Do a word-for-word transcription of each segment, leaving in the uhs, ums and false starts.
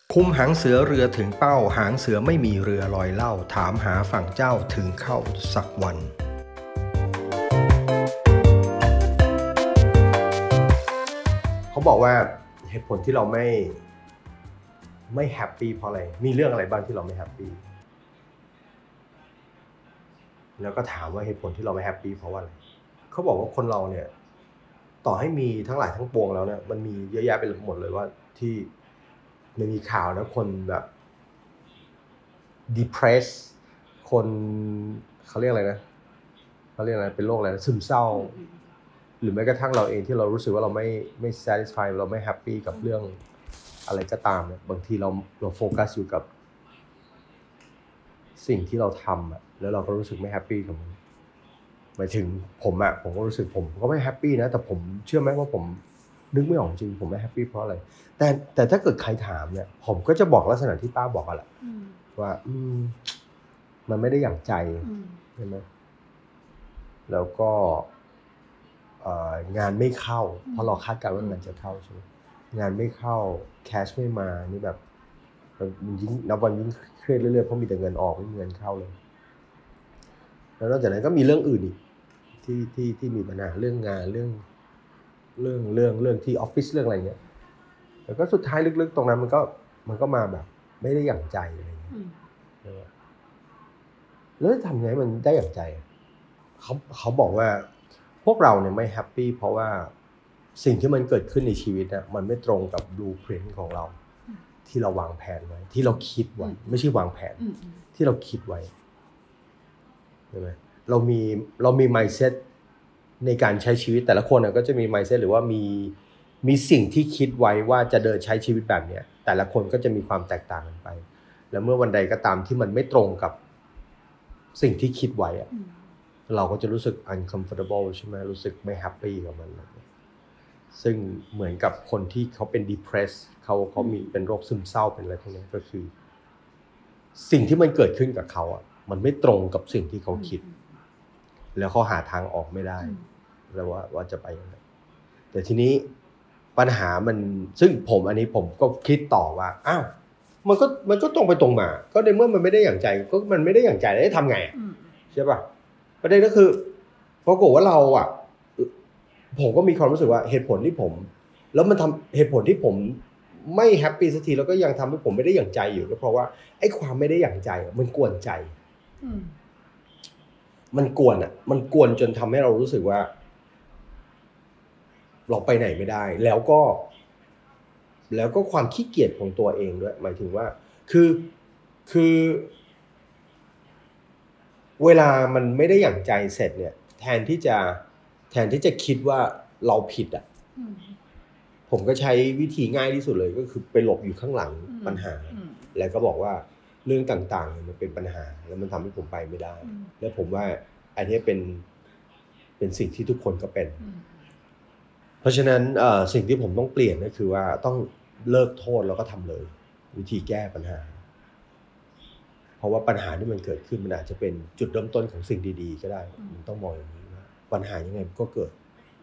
คุมหางเสือเรือถึงเป้าหางเสือไม่มีเรือลอยเล่าถามหาฝั่งเจ้าถึงเข้าสักวันเขาบอกว่าเหตุผลที่เราไม่ไม่แฮปปี้เพราะอะไรมีเรื่องอะไรบ้างที่เราไม่แฮปปี้แล้วก็ถามว่าเหตุผลที่เราไม่แฮปปี้เพราะว่าอะไรเขาบอกว่าคนเราเนี่ยต่อให้มีทั้งหลายทั้งปวงแล้วเนี่ยมันมีเยอะแยะไปหมดเลยว่าที่มันมีข่าวนะคนแบบ depress คนเขาเรียกอะไรนะเขาเรียกอะไรเป็นโรคอะไรนะซึมเศร้าหรือแม้กระทั่งเราเองที่เรารู้สึกว่าเราไม่ไม่ satisfy เราไม่ happy กับเรื่องอะไรก็ตามเนี่ยบางทีเราเราโฟกัสอยู่กับสิ่งที่เราทำอะแล้วเราก็รู้สึกไม่ happy กับมันหมายถึงผมอะผมก็รู้สึกผมก็ไม่ happy นะแต่ผมเชื่อไหมว่าผมนึกไม่ออกจริงผมไม่ happy เพราะอะไรแต่แต่ถ้าเกิดใครถามเนี่ยผมก็จะบอกลักษณะที่ป้าบอกอะแหละว่าอืมมันไม่ได้อย่างใจใช่ไหมแล้วก็งานไม่เข้าเพราะเราคาดการณ์ว่างานจะเข้าใช่ไหมงานไม่เข้าแคชไม่มานี่แบบมันยิ่งนับวันยิ่งเครียดเรื่อยๆเพราะมีแต่เงินออกไม่มีเงินเข้าเลยแล้วนอกจากนั้นก็มีเรื่องอื่นอีกที่ที่ที่มีปัญหาเรื่องงานเรื่องเรื่องเรื่องเรื่องที่ออฟฟิศเรื่องอะไรเงี้ยแต่ก็สุดท้ายลึกๆตรงนั้นมันก็มันก็มาแบบไม่ได้อย่างใจอะไรเงี้ยแล้วทำไงมันได้อย่างใจเขาเขาบอกว่าพวกเราเนี่ยไม่แฮปปี้เพราะว่าสิ่งที่มันเกิดขึ้นในชีวิตอ่ะมันไม่ตรงกับบลูพรินท์ของเราที่เราวางแผนไว้ที่เราคิดไว้ไม่ใช่วางแผนที่เราคิดไว้ใช่ไหมเรามีเรามี mindset ในการใช้ชีวิตแต่ละคนก็จะมี mindset หรือว่ามีมีสิ่งที่คิดไว้ว่าจะเดินใช้ชีวิตแบบนี้แต่ละคนก็จะมีความแตกต่างกันไปแล้วเมื่อวันใดก็ตามที่มันไม่ตรงกับสิ่งที่คิดไว้อะเราก็จะรู้สึก uncomfortable ใช่ไหมรู้สึกไม่ happy กับมันซึ่งเหมือนกับคนที่เขาเป็น depress เขาเขามีเป็นโรคซึมเศร้าเป็นอะไรพวกนี้ก็คือสิ่งที่มันเกิดขึ้นกับเขาอ่ะมันไม่ตรงกับสิ่งที่เขาคิดแล้วเขาหาทางออกไม่ได้แล้วว่าว่าจะไปยังไงแต่ทีนี้ปัญหามันซึ่งผมอันนี้ผมก็คิดต่อว่าอ้าวมันก็มันก็ตรงไปตรงมาก็ในเมื่อมันไม่ได้อย่างใจก็มันไม่ได้อย่างใจแล้วจะทำไงใช่ป่ะประเด็นก็คือปรากฏว่าเราอ่ะผมก็มีความรู้สึกว่าเหตุผลที่ผมแล้วมันทำเหตุผลที่ผมไม่แฮปปี้สักทีแล้วก็ยังทำให้ผมไม่ได้อย่างใจอยู่ก็เพราะว่าไอ้ความไม่ได้อย่างใจมันกวนใจมันกวนอ่ะมันกวนจนทำให้เรารู้สึกว่าเราไปไหนไม่ได้แล้วก็แล้วก็ความขี้เกียจของตัวเองด้วยหมายถึงว่าคือคือเวลามันไม่ได้อย่างใจเสร็จเนี่ยแทนที่จะแทนที่จะคิดว่าเราผิดอ่ะผมก็ใช้วิธีง่ายที่สุดเลยก็คือไปหลบอยู่ข้างหลังปัญหาแล้วก็บอกว่าเรื่องต่างๆมันเป็นปัญหาแล้วมันทำให้ผมไปไม่ได้แล้วผมว่าอันนี้เป็นเป็นสิ่งที่ทุกคนก็เป็นเพราะฉะนั้นสิ่งที่ผมต้องเปลี่ยนก็คือว่าต้องเลิกโทษแล้วก็ทำเลยวิธีแก้ปัญหาเพราะว่าปัญหาที่มันเกิดขึ้นมันอาจจะเป็นจุดเริ่มต้นของสิ่งดีๆก็ได้มันต้องมองอย่างนี้ว่าปัญหายังไงก็เกิด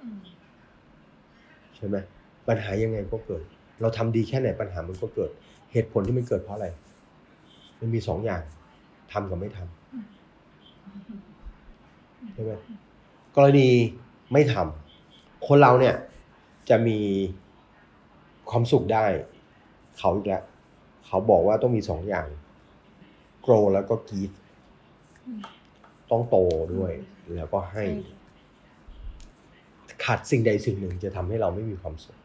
ใช่ไหมปัญหายังไงก็เกิดเราทำดีแค่ไหนปัญหามันก็เกิดเหตุผลที่มันเกิดเพราะอะไรมันมีสองอย่างทำกับไม่ทำใช่ไหมกรณีไม่ทำคนเราเนี่ยจะมีความสุขได้เขาอีกแล้วเขาบอกว่าต้องมีสองอย่าง grow แล้วก็ give ต้องโตด้วยแล้วก็ให้ขาดสิ่งใดสิ่งหนึ่งจะทำให้เราไม่มีความสุข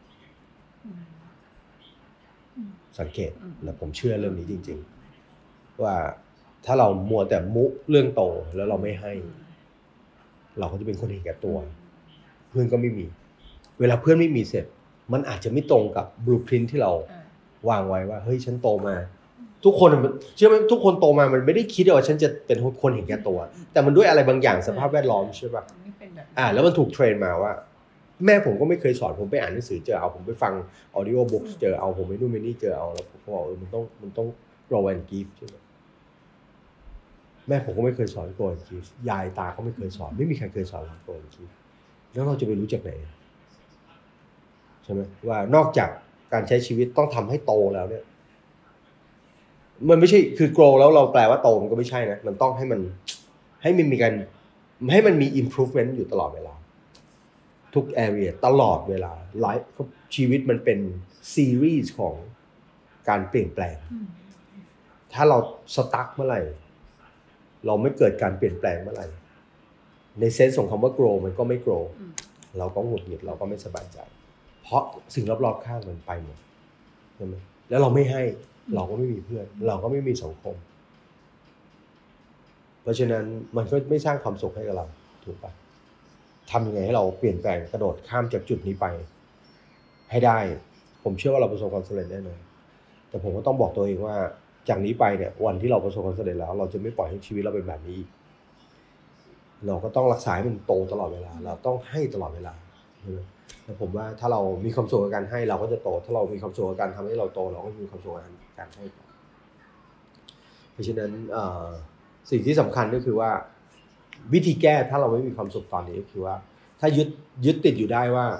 สังเกตและผมเชื่อเรื่องนี้จริงๆว่าถ้าเรามัวแต่มุเรื่องโตแล้วเราไม่ให้เราก็จะเป็นคนเห็นแก่ตัวเพื่อนก็ไม่มีเวลาเพื่อนไม่มีเสร็จมันอาจจะไม่ตรงกับบลูพรินท์ที่เราวางไว้ว่าเฮ้ยฉันโตมาทุกคนเชื่อไหมทุกคนโตมามันไม่ได้คิดว่าฉันจะเป็นคนเห็นแก่ตัวแต่มันด้วยอะไรบางอย่างสภาพแวดล้อมใช่ป่ะอ่าแล้วมันถูกเทรนมาว่าแม่ผมก็ไม่เคยสอนผมไปอ่านหนังสือเจอเอาผมไปฟัง audio book เจอเอาผมไปนู่นไปนี่เจอเอาแล้วผมบอกเออมันต้องมันต้อง grow and give ใช่ไหมแม่ผมก็ไม่เคยสอน grow and give ยายตาก็ไม่เคยสอนไม่มีใครเคยสอนเรา grow and give แล้วเราจะไปรู้จากไหนใช่ไหมว่านอกจากการใช้ชีวิตต้องทำให้โตแล้วเนี่ยมันไม่ใช่คือ grow แล้วเราแปลว่าโตมันก็ไม่ใช่นะมันต้องให้มันให้มันมีการให้มันมี improvement อยู่ตลอดเวลาทุก area ตลอดเวลาไลฟ์ชีวิตมันเป็นซีรีส์ของการเปลี่ยนแปลงถ้าเราสตั๊กเมื่อไหร่เราไม่เกิดการเปลี่ยนแปลงเมื่อไหร่ในเซนส์ของคำว่า grow มันก็ไม่ grow เราก็หงุดหงิดเราก็ไม่สบายใจเพราะสิ่งรอบๆข้างมันไปหมดใช่ไหมแล้วเราไม่ให้เราก็ไม่มีเพื่อนเราก็ไม่มีสังคมเพราะฉะนั้นมันก็ไม่สร้างความสุขให้กับเราถูกปะทำยังไงให้เราเปลี่ยนแปลงกระโดดข้ามจากจุดนี้ไปให้ได้ผมเชื่อว่าเราประสบความสำเร็จแน่นอนแต่ผมก็ต้องบอกตัวเองว่าจากนี้ไปเนี่ยวันที่เราประสบความสำเร็จแล้วเราจะไม่ปล่อยให้ชีวิตเราเป็นแบบนี้อีกเราก็ต้องรักษาให้มันโตตลอดเวลาเราต้องให้ตลอดเวลาใช่ไหมแต่ผมว่าถ้าเรามีความสุขกับการให้เราก็จะโตถ้าเรามีความสุขกับการทำให้เราโตเราก็มีความสุขกับการให้เพราะฉะนั้นสิ่งที่สำคัญก็คือว่าวิธีแก้ถ้าเราไม่มีความสุขตอนนี้ก็คือว่าถ้ายึดยึดติดอยู่ได้ว่า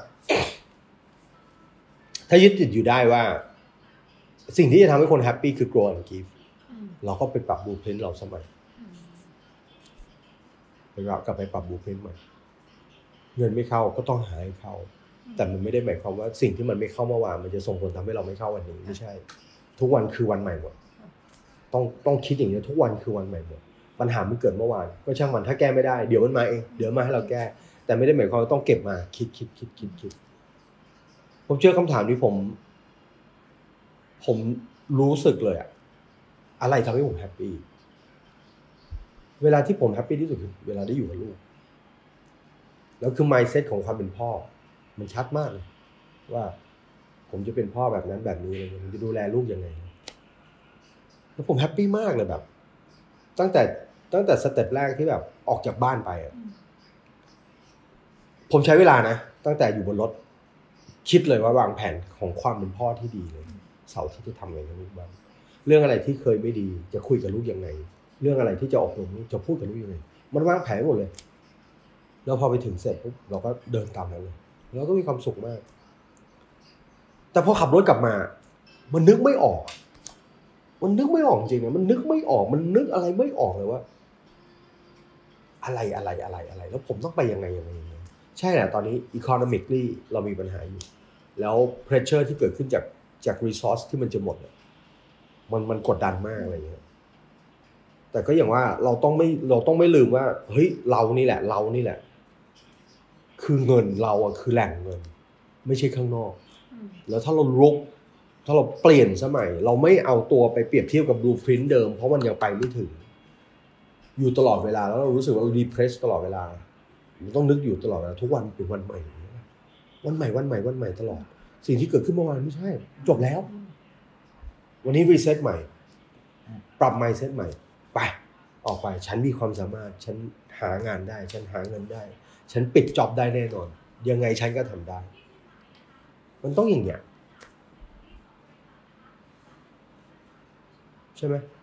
ถ้ายึดติดอยู่ได้ว่าสิ่งที่จะทำให้คนแฮปปี้คือ grow and give เราก็ไปปรับ blueprint เราสมัยไปกลับไปปรับ blueprint ใหม่เงินไม่เข้าก็ต้องหาให้เข้าแต่มันไม่ได้หมายความว่าสิ่งที่มันไม่เข้าเมื่อวานมันจะส่งผลทำให้เราไม่เข้าวันนี้ไม่ใช่ทุกวันคือวันใหม่หมดต้องต้องคิดอย่างนี้ทุกวันคือวันใหม่หมดปัญหามันเกิดเมื่อวานก็ช่างมันถ้าแก้ไม่ได้เดี๋ยวมันมาเองเดี๋ยวมาให้เราแก้แต่ไม่ได้หมายความว่าต้องเก็บมาคิดคิดคิดคิดคิดผมเชื่อคำถามที่ผมผมรู้สึกเลยอะอะไรทำให้ผมแฮปปี้เวลาที่ผมแฮปปี้ที่สุดคือเวลาได้อยู่กับลูกแล้วคือ mindset ของความเป็นพ่อมันชัดมากเลยว่าผมจะเป็นพ่อแบบนั้นแบบนี้เลยผมจะดูแลลูกยังไงแล้วผมแฮปปี้มากเลยแบบตั้งแต่ตั้งแต่สเต็ปแรกที่แบบออกจากบ้านไปอ่ะผมใช้เวลานะตั้งแต่อยู่บนรถคิดเลยว่าวางแผนของความเป็นพ่อที่ดีเลยเสาร์ที่จะทำอะไรกับลูกบ้างเรื่องอะไรที่เคยไม่ดีจะคุยกับลูกยังไงเรื่องอะไรที่จะออกลงจะพูดกับลูกยังไงมันวางแผนหมดเลยแล้วพอไปถึงเสร็จปุ๊บเราก็เดินตามนั้นเลยแล้วก็มีความสุขมากแต่พอขับรถกลับมามันนึกไม่ออกมันนึกไม่ออกจริงนะมันนึกไม่ออกมันนึกอะไรไม่ออกเลยว่าอะไรอะไรอะไรอะไรแล้วผมต้องไปยังไงยังไงใช่แหละตอนนี้ economically เรามีปัญหาอยู่แล้ว pressure ที่เกิดขึ้นจากจาก resource ที่มันจะหมดมันมันกดดันมากอะไรอย่างเงี้ยแต่ก็อย่างว่าเราต้องไม่เราต้องไม่ลืมว่าเฮ้ยเรานี่แหละเรานี่แหละคือเงินเราอะคือแหล่งเงินไม่ใช่ข้างนอกแล้วถ้าเราลุกถ้าเราเปลี่ยนสมัยเราไม่เอาตัวไปเปรียบเทียบกับบลูพรินท์เดิมเพราะมันยังไปไม่ถึงอยู่ตลอดเวลาแล้วเรารู้สึกว่าเราดีเพรสตลอดเวลาเราต้องนึกอยู่ตลอดเวลาทุกวันเป็นวันใหม่วันใหม่วันใหม่วันใหม่ตลอดสิ่งที่เกิดขึ้นเมื่อวานไม่ใช่จบแล้ววันนี้รีเซ็ตใหม่ปรับ mindset ใหม่ไปออกไปฉันมีความสามารถฉันหางานได้ฉันหาเงินได้ฉันปิดจ็อบได้แน่นอนยังไงฉันก็ทำได้มันต้องอย่างเงี้ยใช่ไหม